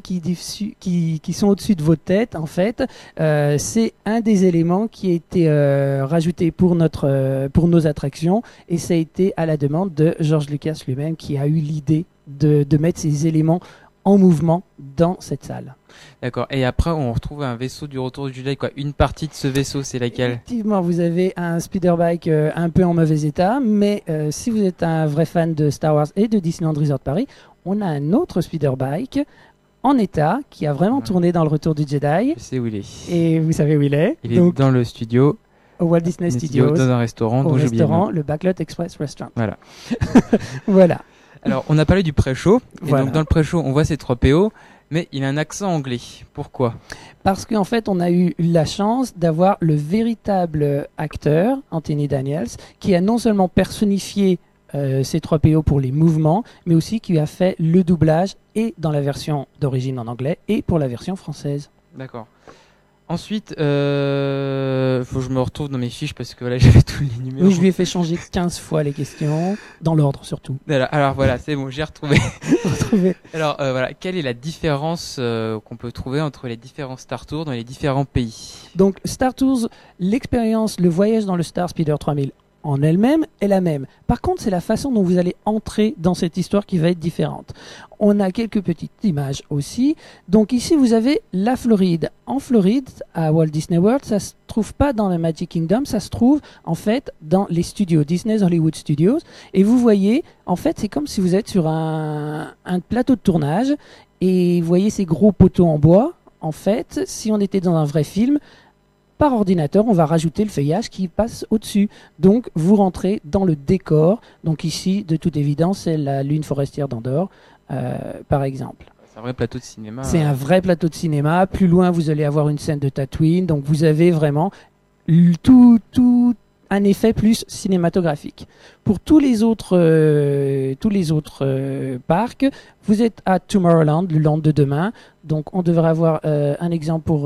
qui sont au-dessus de vos têtes, en fait, c'est un des éléments qui a été rajouté pour nos attractions, et ça a été à la demande de George Lucas lui-même qui a eu l'idée de mettre ces éléments en mouvement dans cette salle. D'accord. Et après, on retrouve un vaisseau du Retour du Jedi, quoi. Une partie de ce vaisseau, c'est laquelle? Effectivement, vous avez un speederbike un peu en mauvais état, mais si vous êtes un vrai fan de Star Wars et de Disneyland Resort Paris, on a un autre speederbike en état qui a vraiment tourné dans le Retour du Jedi. Je sais où il est. Et vous savez où il est? Il est dans le studio. Au Walt Disney Studios. Dans un restaurant. Au restaurant, le Backlot Express Restaurant. Voilà. Voilà. Alors, on a parlé du pré-show. Voilà. Et donc, dans le pré-show, on voit ces 3 PO, mais il a un accent anglais. Pourquoi? Parce qu'en fait, on a eu la chance d'avoir le véritable acteur, Anthony Daniels, qui a non seulement personnifié ces 3 PO pour les mouvements, mais aussi qui a fait le doublage et dans la version d'origine en anglais et pour la version française. D'accord. Ensuite, faut que je me retrouve dans mes fiches parce que voilà, j'avais tous les numéros. Oui, je lui ai fait changer 15 fois les questions, dans l'ordre surtout. Alors voilà, c'est bon, j'ai retrouvé. Alors voilà, quelle est la différence qu'on peut trouver entre les différents Star Tours dans les différents pays? Donc Star Tours, l'expérience, le voyage dans le Star Speeder 3000 en elle-même est la même. Par contre, c'est la façon dont vous allez entrer dans cette histoire qui va être différente. On a quelques petites images aussi. Donc ici, vous avez la Floride. En Floride, à Walt Disney World, ça se trouve pas dans le Magic Kingdom, ça se trouve en fait dans les studios, Disney's Hollywood Studios. Et vous voyez, en fait, c'est comme si vous êtes sur un plateau de tournage et vous voyez ces gros poteaux en bois. En fait, si on était dans un vrai film, par ordinateur, on va rajouter le feuillage qui passe au-dessus. Donc, vous rentrez dans le décor. Donc ici, de toute évidence, c'est la lune forestière d'Andorre, par exemple. C'est un vrai plateau de cinéma. C'est un vrai plateau de cinéma. Plus loin, vous allez avoir une scène de Tatooine. Donc, vous avez vraiment tout un effet plus cinématographique. Pour tous les autres parcs, vous êtes à Tomorrowland, le land de demain. Donc, on devrait avoir un exemple pour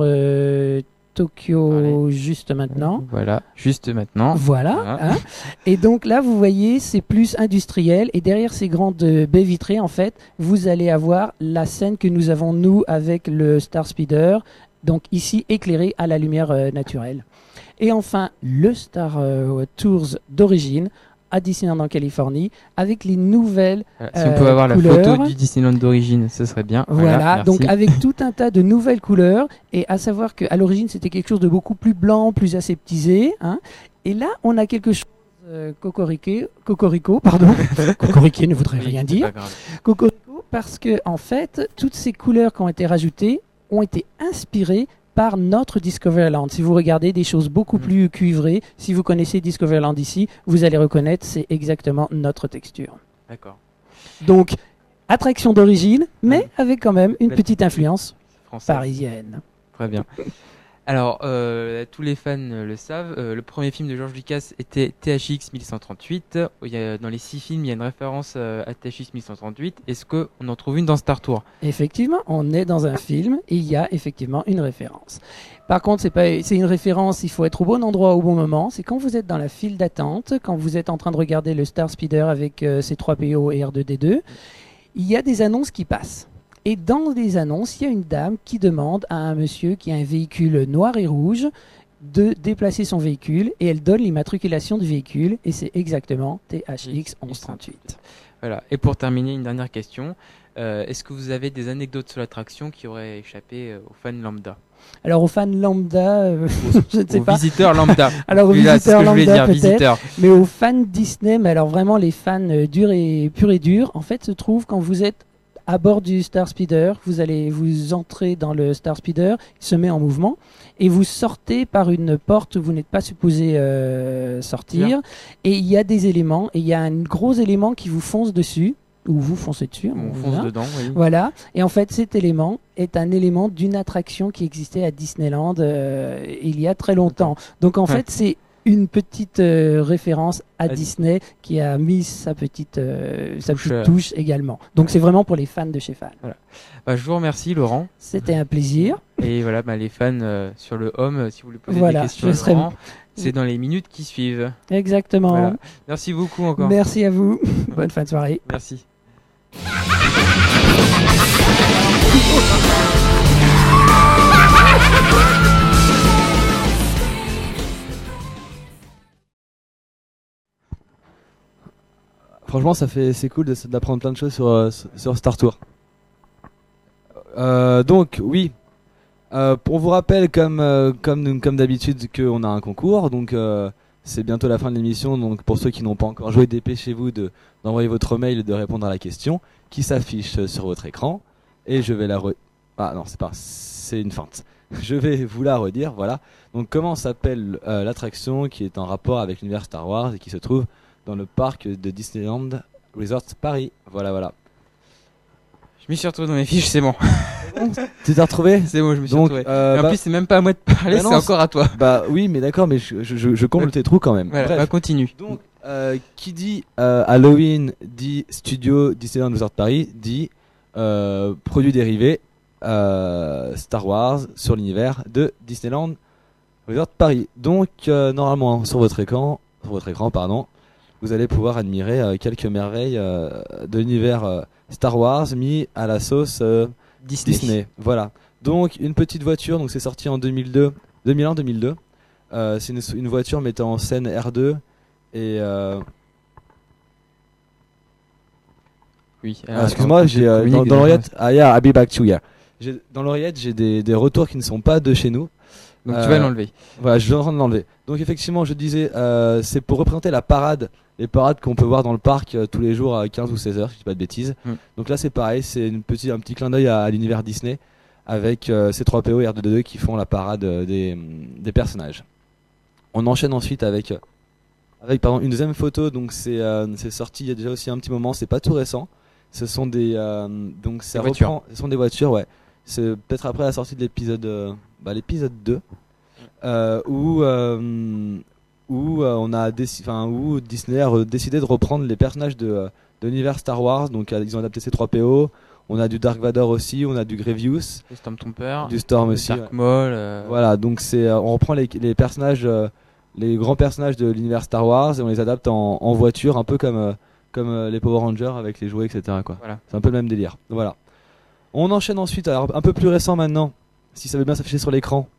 Tokyo juste maintenant. Voilà, juste maintenant. Voilà. Hein. Et donc là, vous voyez, c'est plus industriel. Et derrière ces grandes baies vitrées, en fait, vous allez avoir la scène que nous avons, nous, avec le Star Speeder. Donc ici, éclairé à la lumière naturelle. Et enfin, le Star Tours d'origine à Disneyland en Californie avec les nouvelles si on peut avoir couleurs. La photo du Disneyland d'origine, ce serait bien. Voilà, donc avec tout un tas de nouvelles couleurs, et à savoir qu'à l'origine c'était quelque chose de beaucoup plus blanc, plus aseptisé, hein. Et là on a quelque chose cocorico, pardon. Cocoriqué ne voudrait rien dire. Cocorico, parce que en fait toutes ces couleurs qui ont été rajoutées ont été inspirées par notre Discoveryland. Si vous regardez des choses beaucoup plus cuivrées, si vous connaissez Discoveryland ici, vous allez reconnaître, c'est exactement notre texture. D'accord. Donc, attraction d'origine, mais avec quand même une petite influence parisienne. Très bien. Alors, tous les fans le savent, le premier film de George Lucas était THX 1138. Dans les 6 films, il y a une référence à THX 1138. Est-ce qu'on en trouve une dans Star Tours? Effectivement, on est dans un film et il y a effectivement une référence. Par contre, c'est une référence, il faut être au bon endroit au bon moment. C'est quand vous êtes dans la file d'attente, quand vous êtes en train de regarder le Star Speeder avec ses 3 PO et R2D2, il y a des annonces qui passent. Et dans les annonces, il y a une dame qui demande à un monsieur qui a un véhicule noir et rouge de déplacer son véhicule, et elle donne l'immatriculation du véhicule, et c'est exactement THX 1138. Voilà. Et pour terminer, une dernière question. est-ce que vous avez des anecdotes sur l'attraction qui auraient échappé aux fans lambda? Alors aux fans lambda, je ne sais pas. Aux visiteurs lambda. Alors aux visiteurs lambda peut-être. Visiteurs. Mais aux fans Disney, mais alors vraiment les fans purs et durs, en fait, se trouve quand vous êtes à bord du Star Speeder, vous entrez dans le Star Speeder, il se met en mouvement, et vous sortez par une porte où vous n'êtes pas supposé sortir. Bien. Et il y a des éléments, et il y a un gros élément qui vous fonce dessus. Ou vous foncez dessus. On fonce dedans, oui. Voilà. Et en fait, cet élément est un élément d'une attraction qui existait à Disneyland il y a très longtemps. Donc en fait, c'est une petite référence à Disney qui a mis sa petite touche également. Donc c'est vraiment pour les fans de chez Fan. Voilà. Bah, je vous remercie, Laurent. C'était un plaisir. Et voilà, les fans sur le home, si vous voulez poser des questions à Laurent, c'est dans les minutes qui suivent. Exactement. Voilà. Merci beaucoup encore. Merci à vous. Bonne fin de soirée. Merci. Franchement, c'est cool d'apprendre plein de choses sur Star Tour. Donc oui, on vous rappelle comme d'habitude qu'on a un concours. Donc c'est bientôt la fin de l'émission. Donc pour ceux qui n'ont pas encore joué, dépêchez-vous d'envoyer votre mail et de répondre à la question qui s'affiche sur votre écran. Et je vais c'est une feinte. Je vais vous la redire. Voilà. Donc comment s'appelle l'attraction qui est en rapport avec l'univers Star Wars et qui se trouve dans le parc de Disneyland Resort Paris. Voilà. Je m'y suis retrouvé dans mes fiches, c'est bon. Tu t'es retrouvé? C'est bon, je me suis retrouvé. En plus, c'est même pas à moi de parler, c'est encore à toi. Bah oui, mais d'accord, mais je comble tes trous quand même. Voilà, bref, continue. Donc, qui dit Halloween, dit Studio Disneyland Resort Paris, dit produits dérivés Star Wars sur l'univers de Disneyland Resort Paris. Donc, normalement, sur votre écran, vous allez pouvoir admirer quelques merveilles de l'univers Star Wars mis à la sauce Disney. Voilà. Donc une petite voiture, donc c'est sorti en 2001-2002. C'est une voiture mettant en scène R2 et oui. Excuse-moi, j'ai dans l'oreillette. I'll be back to you. Dans l'oreillette, j'ai des retours qui ne sont pas de chez nous. Donc tu vas l'enlever. Voilà, je suis en train de l'enlever. Donc effectivement, je disais, c'est pour représenter les parades qu'on peut voir dans le parc tous les jours à 15 ou 16 heures, si je dis pas de bêtises. Donc là c'est pareil, c'est un petit clin d'œil à l'univers Disney avec C3PO et R2D2 qui font la parade des personnages. On enchaîne ensuite avec une deuxième photo, donc c'est sorti il y a déjà aussi un petit moment, c'est pas tout récent. Ce sont des voitures, ouais. C'est peut-être après la sortie de l'épisode 2 où Disney a décidé de reprendre les personnages de l'univers Star Wars. Donc ils ont adapté C3PO, on a du Dark Vador aussi, on a du Grievous, du Stormtrooper, du Storm aussi, Dark Maul. Voilà, donc on reprend les personnages, les grands personnages de l'univers Star Wars et on les adapte en voiture, un peu comme les Power Rangers avec les jouets, etc. quoi. Voilà. C'est un peu le même délire. Voilà. On enchaîne ensuite, alors un peu plus récent maintenant, si ça veut bien s'afficher sur l'écran.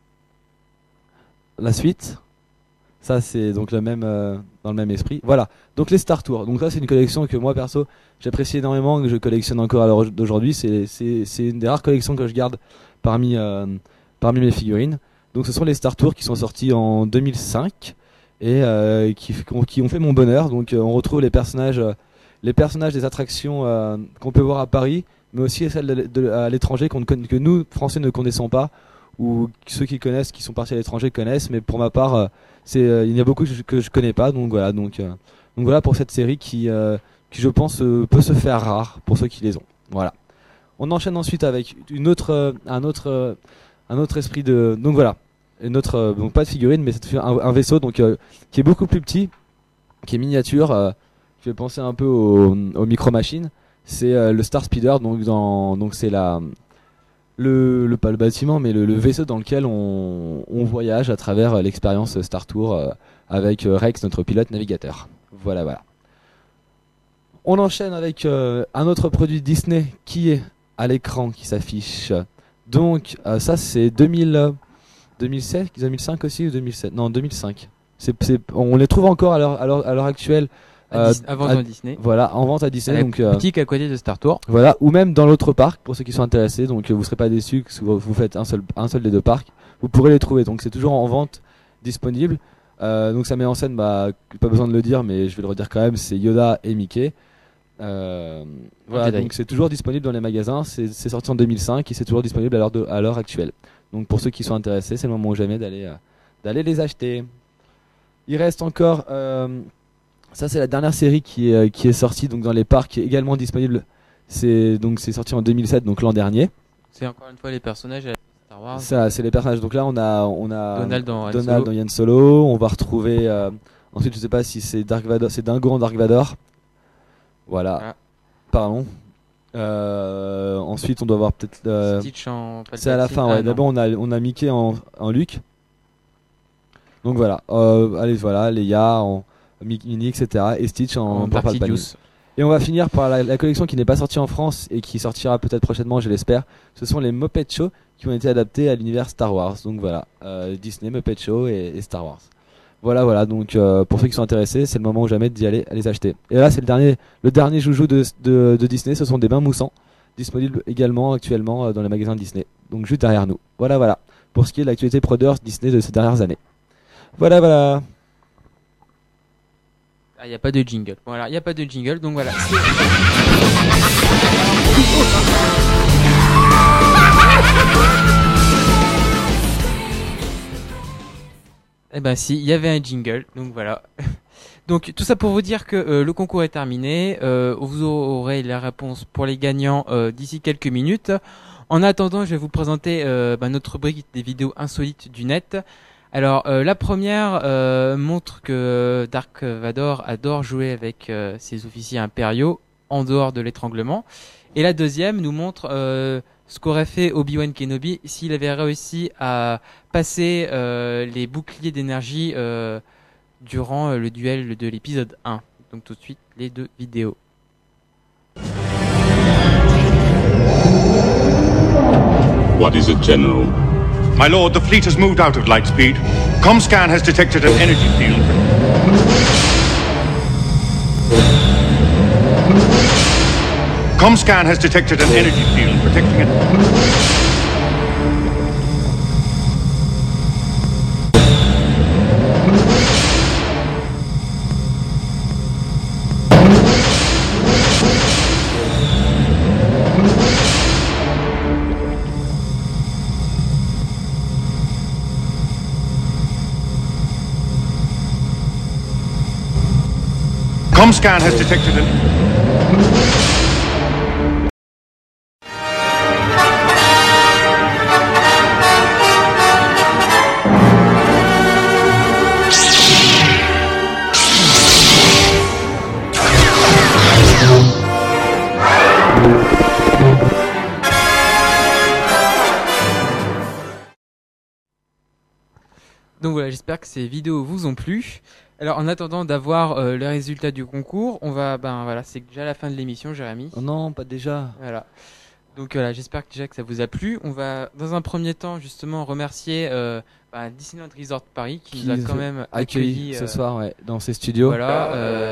La suite. Ça c'est donc dans le même esprit. Voilà. Donc les Star Tours. Donc ça c'est une collection que moi perso j'apprécie énormément, que je collectionne encore à l'heure d'aujourd'hui. C'est une des rares collections que je garde parmi mes figurines. Donc ce sont les Star Tours qui sont sortis en 2005 et qui ont fait mon bonheur. Donc on retrouve les personnages des attractions qu'on peut voir à Paris, mais aussi celles à l'étranger que nous Français ne connaissons pas, ou ceux qui connaissent, qui sont partis à l'étranger connaissent, mais pour ma part il y a beaucoup que je connais pas. Donc voilà pour cette série qui je pense peut se faire rare pour ceux qui les ont. Voilà. On enchaîne ensuite avec un autre esprit de, donc voilà, donc pas de figurine, mais c'est un vaisseau donc qui est beaucoup plus petit, qui est miniature, qui fait penser un peu aux Micro Machines. C'est le Star Speeder, donc c'est pas le bâtiment, mais le vaisseau dans lequel on voyage à travers l'expérience Star Tour avec Rex, notre pilote navigateur. Voilà. On enchaîne avec un autre produit Disney qui est à l'écran, qui s'affiche. Donc ça c'est 2007, 2005 aussi ou 2007 ? Non, 2005. On les trouve encore à l'heure actuelle Avant à Disney. Voilà, en vente à Disney. Donc boutique à côté de Star Tours. Voilà, ou même dans l'autre parc pour ceux qui sont intéressés. Donc vous serez pas déçus que vous faites un seul des deux parcs. Vous pourrez les trouver. Donc c'est toujours en vente disponible. Donc ça met en scène, pas besoin de le dire, mais je vais le redire quand même, c'est Yoda et Mickey. Voilà, donc c'est toujours disponible dans les magasins. C'est sorti en 2005 et c'est toujours disponible à l'heure actuelle. Donc pour ceux qui sont intéressés, c'est le moment ou jamais d'aller les acheter. Il reste encore, ça c'est la dernière série qui est sortie donc dans les parcs, qui est également disponible. C'est sorti en 2007, donc l'an dernier. C'est encore une fois les personnages à Star Wars. Ça, c'est les personnages. Donc là on a Donald dans Han Solo. On va retrouver ensuite, je sais pas si c'est Dark Vador, c'est Dingo en Dark Vador. Voilà. Ah. Pardon. Ensuite, on doit avoir peut-être. Stitch en Palpatine. C'est à la fin. Ouais. D'abord, on a Mickey en Luke. Donc voilà. Allez, voilà, Leia en Mini, etc. Et Stitch en Palpatine. Et on va finir par la collection qui n'est pas sortie en France et qui sortira peut-être prochainement, je l'espère. Ce sont les Muppet Show qui ont été adaptés à l'univers Star Wars. Donc voilà, Disney, Muppet Show et Star Wars. Voilà, donc pour ceux qui sont intéressés, c'est le moment ou jamais d'y aller à les acheter. Et là, c'est le dernier joujou de Disney, ce sont des bains moussants, disponibles également actuellement dans les magasins Disney, donc juste derrière nous. Voilà, pour ce qui est de l'actualité Brothers Disney de ces dernières années. Voilà. Ah, il n'y a pas de jingle. Voilà, il n'y a pas de jingle, donc voilà. Eh ben si, il y avait un jingle, donc voilà. Donc tout ça pour vous dire que le concours est terminé. Vous aurez la réponse pour les gagnants d'ici quelques minutes. En attendant, je vais vous présenter notre rubrique des vidéos insolites du net. Alors la première montre que Dark Vador adore jouer avec ses officiers impériaux en dehors de l'étranglement. Et la deuxième nous montre ce qu'aurait fait Obi-Wan Kenobi s'il avait réussi à passer les boucliers d'énergie durant le duel de l'épisode 1. Donc tout de suite, les deux vidéos. What is it, General? My lord, the fleet has moved out of Lightspeed. Comscan has detected an energy field. Comscan has detected an energy field protecting it. Comscan has detected an... Donc voilà, j'espère que ces vidéos vous ont plu. Alors en attendant d'avoir les résultats du concours, on va c'est déjà la fin de l'émission, Jérémy. Oh non, pas déjà. Voilà. Donc voilà, j'espère que déjà que ça vous a plu. On va dans un premier temps justement remercier Disneyland Resort Paris qui nous a quand même accueilli ce soir dans ses studios. Voilà,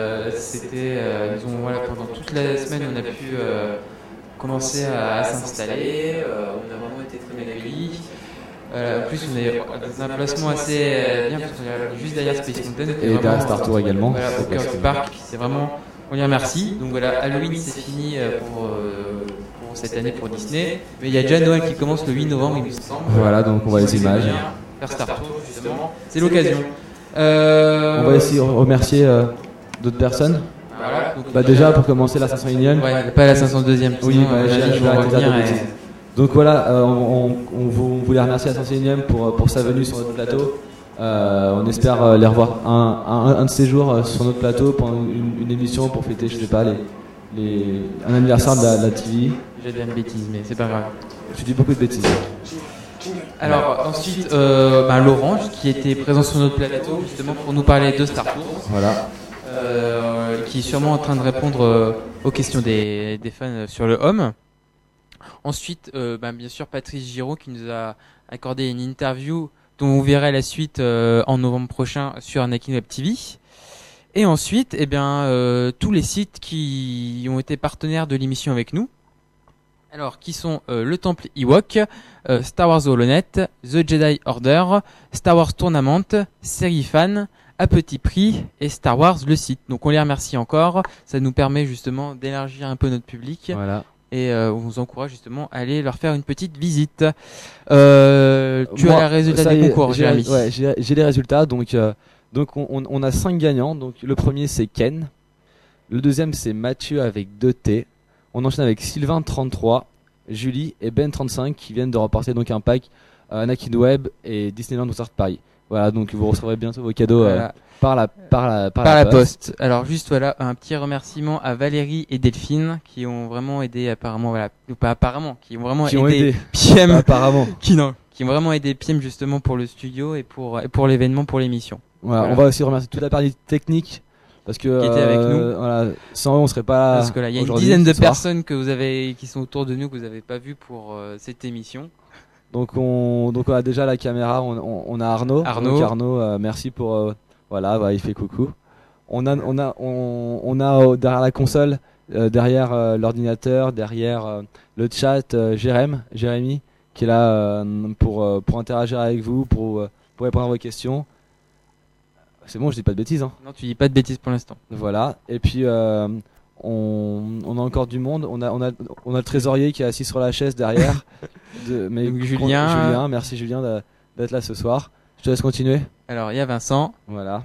pendant toute la semaine on a pu commencer à s'installer. On a vraiment été très bien accueillis. En plus, on est dans un placement assez bien, parce qu'on est juste derrière Space Mountain. Et derrière Star Tour également. Voilà, au cœur du parc. C'est vraiment, on les remercie. Donc voilà, Halloween c'est fini pour cette année pour Disney. Mais il y a déjà Noël qui commence le 8 novembre, il me semble. Voilà, donc on voit les images. Faire Star Tour, justement. C'est l'occasion. On va aussi remercier d'autres personnes. Voilà, déjà, pour commencer, la 501e. Ouais, pas la 502e. Oui, je vais revenir. Donc voilà, on voulait remercier la 101e pour sa venue sur notre plateau. On espère les revoir un de ces jours sur notre plateau pendant une émission pour fêter, je sais pas, un anniversaire de la TV. J'ai dit une bêtise, mais c'est pas grave. Je dis beaucoup de bêtises. Alors ensuite, Laurent qui était présent sur notre plateau justement pour nous parler de Star Tours. Voilà. Qui est sûrement en train de répondre aux questions des fans sur le Home. Ensuite, bien sûr, Patrice Giraud qui nous a accordé une interview dont vous verrez la suite en novembre prochain sur Anakin Web TV. Et ensuite, eh bien, tous les sites qui ont été partenaires de l'émission avec nous. Alors, qui sont le Temple Ewok, Star Wars Holonet, The Jedi Order, Star Wars Tournament, Série Fan, à petit prix et Star Wars le site. Donc on les remercie encore. Ça nous permet justement d'élargir un peu notre public. Voilà. Et on vous encourage justement à aller leur faire une petite visite. Tu as les résultats des concours, Jérémy. Ouais, j'ai les résultats. Donc on a 5 gagnants. Donc le premier c'est Ken. Le deuxième c'est Mathieu avec 2 T. On enchaîne avec Sylvain 33, Julie et Ben 35 qui viennent de remporter donc un pack Anakin Web et Disneyland Resort Paris. Voilà, donc vous recevrez bientôt vos cadeaux par la poste. Alors juste voilà, un petit remerciement à Valérie et Delphine qui ont vraiment aidé apparemment, voilà, ou pas apparemment, qui ont vraiment aidé Piem, apparemment, qui ont vraiment aidé Piem justement pour le studio et pour l'événement, pour l'émission. Voilà. On va aussi remercier toute la partie technique. Parce que qui était avec nous. Voilà, sans eux on serait pas là. Parce que là, il y a une dizaine de personnes qui sont autour de nous que vous n'avez pas vu pour cette émission. Donc on a déjà la caméra, on a Arnaud. Donc Arnaud, merci pour voilà, il fait coucou. On a derrière la console, derrière l'ordinateur, derrière le chat, Jérémy qui est là pour interagir avec vous, pour répondre à vos questions. C'est bon, je dis pas de bêtises. Hein. Non, tu dis pas de bêtises pour l'instant. Voilà. Et puis on a encore du monde. On a le trésorier qui est assis sur la chaise derrière. Julien, merci Julien d'être là ce soir. Je te laisse continuer. Alors il y a Vincent. Voilà.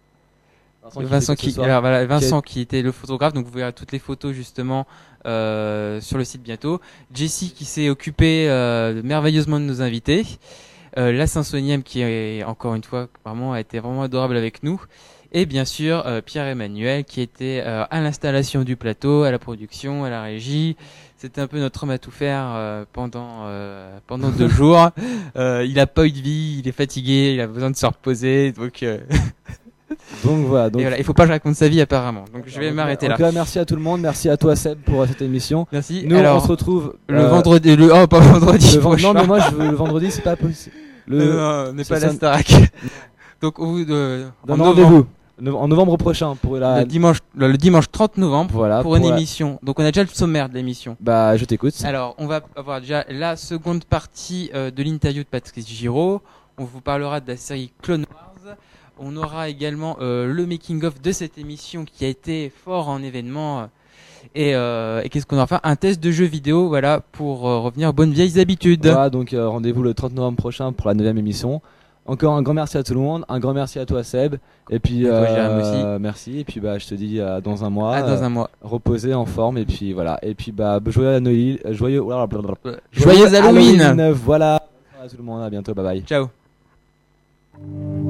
Vincent qui était le photographe. Donc vous verrez toutes les photos justement sur le site bientôt. Jessie qui s'est occupée merveilleusement de nos invités. La Sansonième qui est encore une fois vraiment a été vraiment adorable avec nous, et bien sûr Pierre-Emmanuel qui était à l'installation du plateau, à la production, à la régie. C'était un peu notre homme à tout faire pendant 2 jours. Il a pas eu de vie, il est fatigué, il a besoin de se reposer, donc voilà. Et voilà, il faut pas que je raconte sa vie apparemment. Donc je vais m'arrêter là. Merci à tout le monde, merci à toi Seb pour cette émission. Merci. Nous on se retrouve le vendredi. Pas vendredi. Non mais moi le vendredi c'est pas possible. On n'est pas la Starac. Donc rendez-vous en novembre prochain pour le dimanche 30 novembre, voilà, pour une émission. Donc on a déjà le sommaire de l'émission. Bah je t'écoute. Alors on va avoir déjà la seconde partie de l'interview de Patrice Giraud. On vous parlera de la série Clone Wars. On aura également le making of de cette émission qui a été fort en événement. Et qu'est-ce qu'on va faire? Un test de jeu vidéo, voilà, pour revenir aux bonnes vieilles habitudes. Voilà, donc rendez-vous le 30 novembre prochain pour la 9e émission. Encore un grand merci à tout le monde, un grand merci à toi Seb, et puis aussi. Merci, et puis je te dis dans un mois. Dans un mois. Reposer en forme, et puis voilà, et puis joyeux Halloween. Voilà, à tout le monde, à bientôt, bye bye. Ciao.